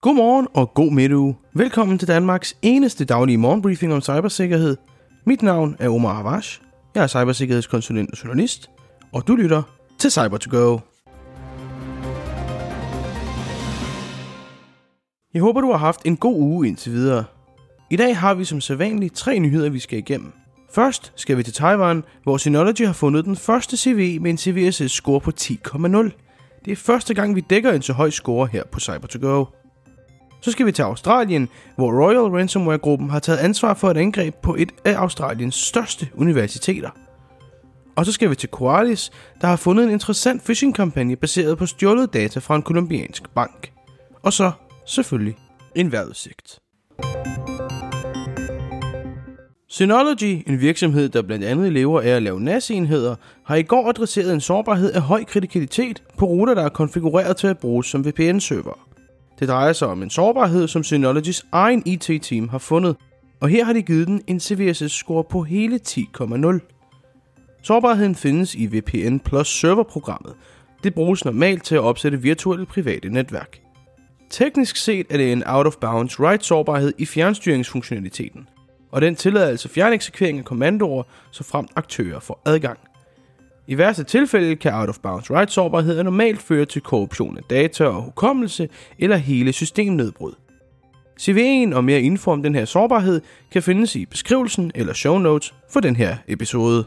Godmorgen og god midtuge. Velkommen til Danmarks eneste daglige morgenbriefing om cybersikkerhed. Mit navn er Omar Havash. Jeg er cybersikkerhedskonsulent og journalist, og du lytter til Cyber2Go. Jeg håber, du har haft en god uge indtil videre. I dag har vi som sædvanligt 3 nyheder, vi skal igennem. Først skal vi til Taiwan, hvor Synology har fundet den første CVE med en CVSS-score på 10,0. Det er første gang, vi dækker en så høj score her på Cyber2Go. Så skal vi til Australien, hvor Royal Ransomware-gruppen har taget ansvar for et angreb på et af Australiens største universiteter. Og så skal vi til Qualys, der har fundet en interessant phishing-kampagne baseret på stjålet data fra en colombiansk bank. Og så selvfølgelig en vejrudsigt. Synology, en virksomhed, der blandt andet lever af at lave NAS-enheder, har i går adresseret en sårbarhed af høj kritikalitet på ruter, der er konfigureret til at bruges som VPN-server. Det drejer sig om en sårbarhed, som Synologys egen IT-team har fundet, og her har de givet den en CVSS-score på hele 10,0. Sårbarheden findes i VPN Plus serverprogrammet. Det bruges normalt til at opsætte virtuelle private netværk. Teknisk set er det en out-of-bounds write-sårbarhed i fjernstyringsfunktionaliteten, og den tillader altså fjerneksekvering af kommandoer, såfremt aktører får adgang. I værste tilfælde kan out-of-bounds write-sårbarheder normalt føre til korruption af data og hukommelse eller hele systemnedbrud. CVE'en og mere info om den her sårbarhed kan findes i beskrivelsen eller show notes for den her episode.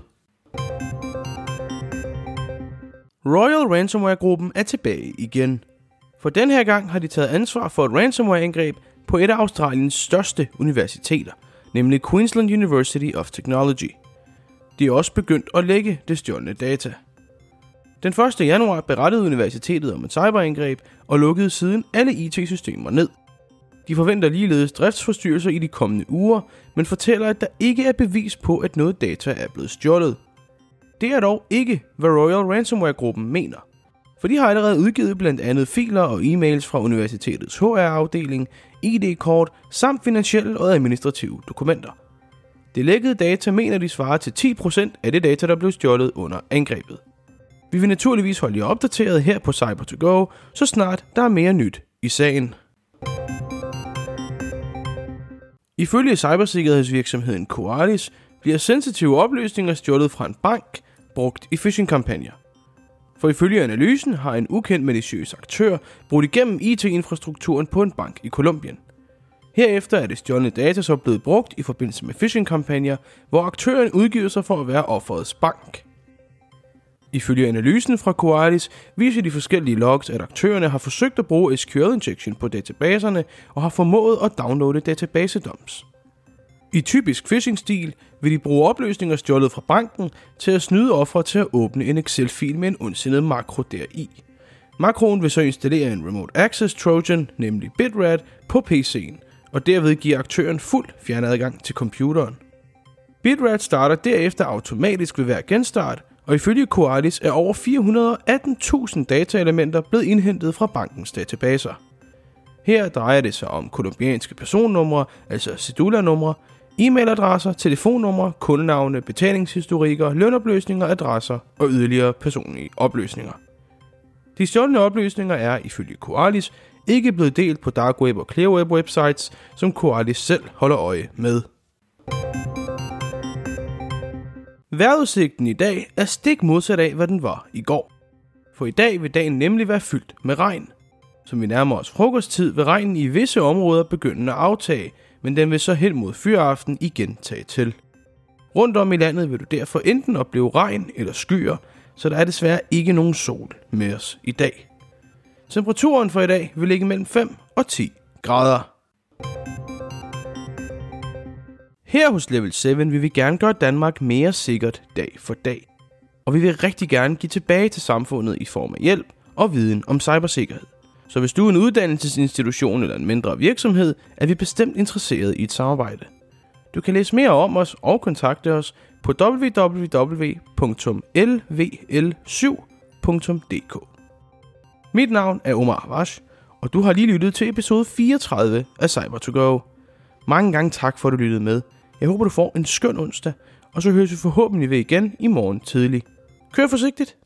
Royal Ransomware-gruppen er tilbage igen. For den her gang har de taget ansvar for et ransomware-angreb på et af Australiens største universiteter, nemlig Queensland University of Technology. De er også begyndt at lægge det stjålne data. Den 1. januar berettede universitetet om et cyberangreb og lukkede siden alle IT-systemer ned. De forventer ligeledes driftsforstyrrelser i de kommende uger, men fortæller, at der ikke er bevis på, at noget data er blevet stjålet. Det er dog ikke, hvad Royal Ransomware-gruppen mener. For de har allerede udgivet blandt andet filer og e-mails fra universitetets HR-afdeling, ID-kort samt finansielle og administrative dokumenter. Det lækkede data mener de svarer til 10% af det data, der blev stjålet under angrebet. Vi vil naturligvis holde jer opdateret her på Cyber2Go, så snart der er mere nyt i sagen. Ifølge cybersikkerhedsvirksomheden Qualys bliver sensitive oplysninger stjålet fra en bank brugt i phishing-kampagner. For ifølge analysen har en ukendt maliciøs aktør brudt igennem IT-infrastrukturen på en bank i Colombien. Herefter er det stjålne data så blevet brugt i forbindelse med phishing-kampagner, hvor aktøren udgiver sig for at være offerets bank. Ifølge analysen fra Qualys viser de forskellige logs, at aktørerne har forsøgt at bruge SQL-injection på databaserne og har formået at downloade databasedumps. I typisk phishing-stil vil de bruge oplysninger stjålet fra banken til at snyde ofre til at åbne en Excel-fil med en ondsindet makro deri. Makroen vil så installere en Remote Access Trojan, nemlig Bitrat, på PC'en, og derved giver aktøren fuld fjernadgang til computeren. Bitrat starter derefter automatisk ved hver genstart, og ifølge Qualys er over 418.000 dataelementer blevet indhentet fra bankens databaser. Her drejer det sig om colombianske personnumre, altså cedula-numre, e-mailadresser, telefonnumre, kundenavne, betalingshistorikker, lønoplysninger, adresser og yderligere personlige oplysninger. De stjålne oplysninger er, ifølge Qualys, ikke blevet delt på dark web og clear web websites, som Qualys selv holder øje med. Vejrudsigten i dag er stik modsat af, hvad den var i går. For i dag vil dagen nemlig være fyldt med regn. Som vi nærmer os frokosttid, vil regnen i visse områder begynde at aftage, men den vil så hen mod fyraften igen tage til. Rundt om i landet vil du derfor enten opleve regn eller skyer, så der er desværre ikke nogen sol med os i dag. Temperaturen for i dag vil ligge mellem 5 og 10 grader. Her hos Level 7 vil vi gerne gøre Danmark mere sikkert dag for dag. Og vi vil rigtig gerne give tilbage til samfundet i form af hjælp og viden om cybersikkerhed. Så hvis du er en uddannelsesinstitution eller en mindre virksomhed, er vi bestemt interesseret i et samarbejde. Du kan læse mere om os og kontakte os på www.lvl7.dk. Mit navn er Omar Havash, og du har lige lyttet til episode 34 af Cyber2Go. Mange gange tak for at du lyttede med. Jeg håber du får en skøn onsdag, og så høres vi forhåbentlig ved igen i morgen tidlig. Kør forsigtigt!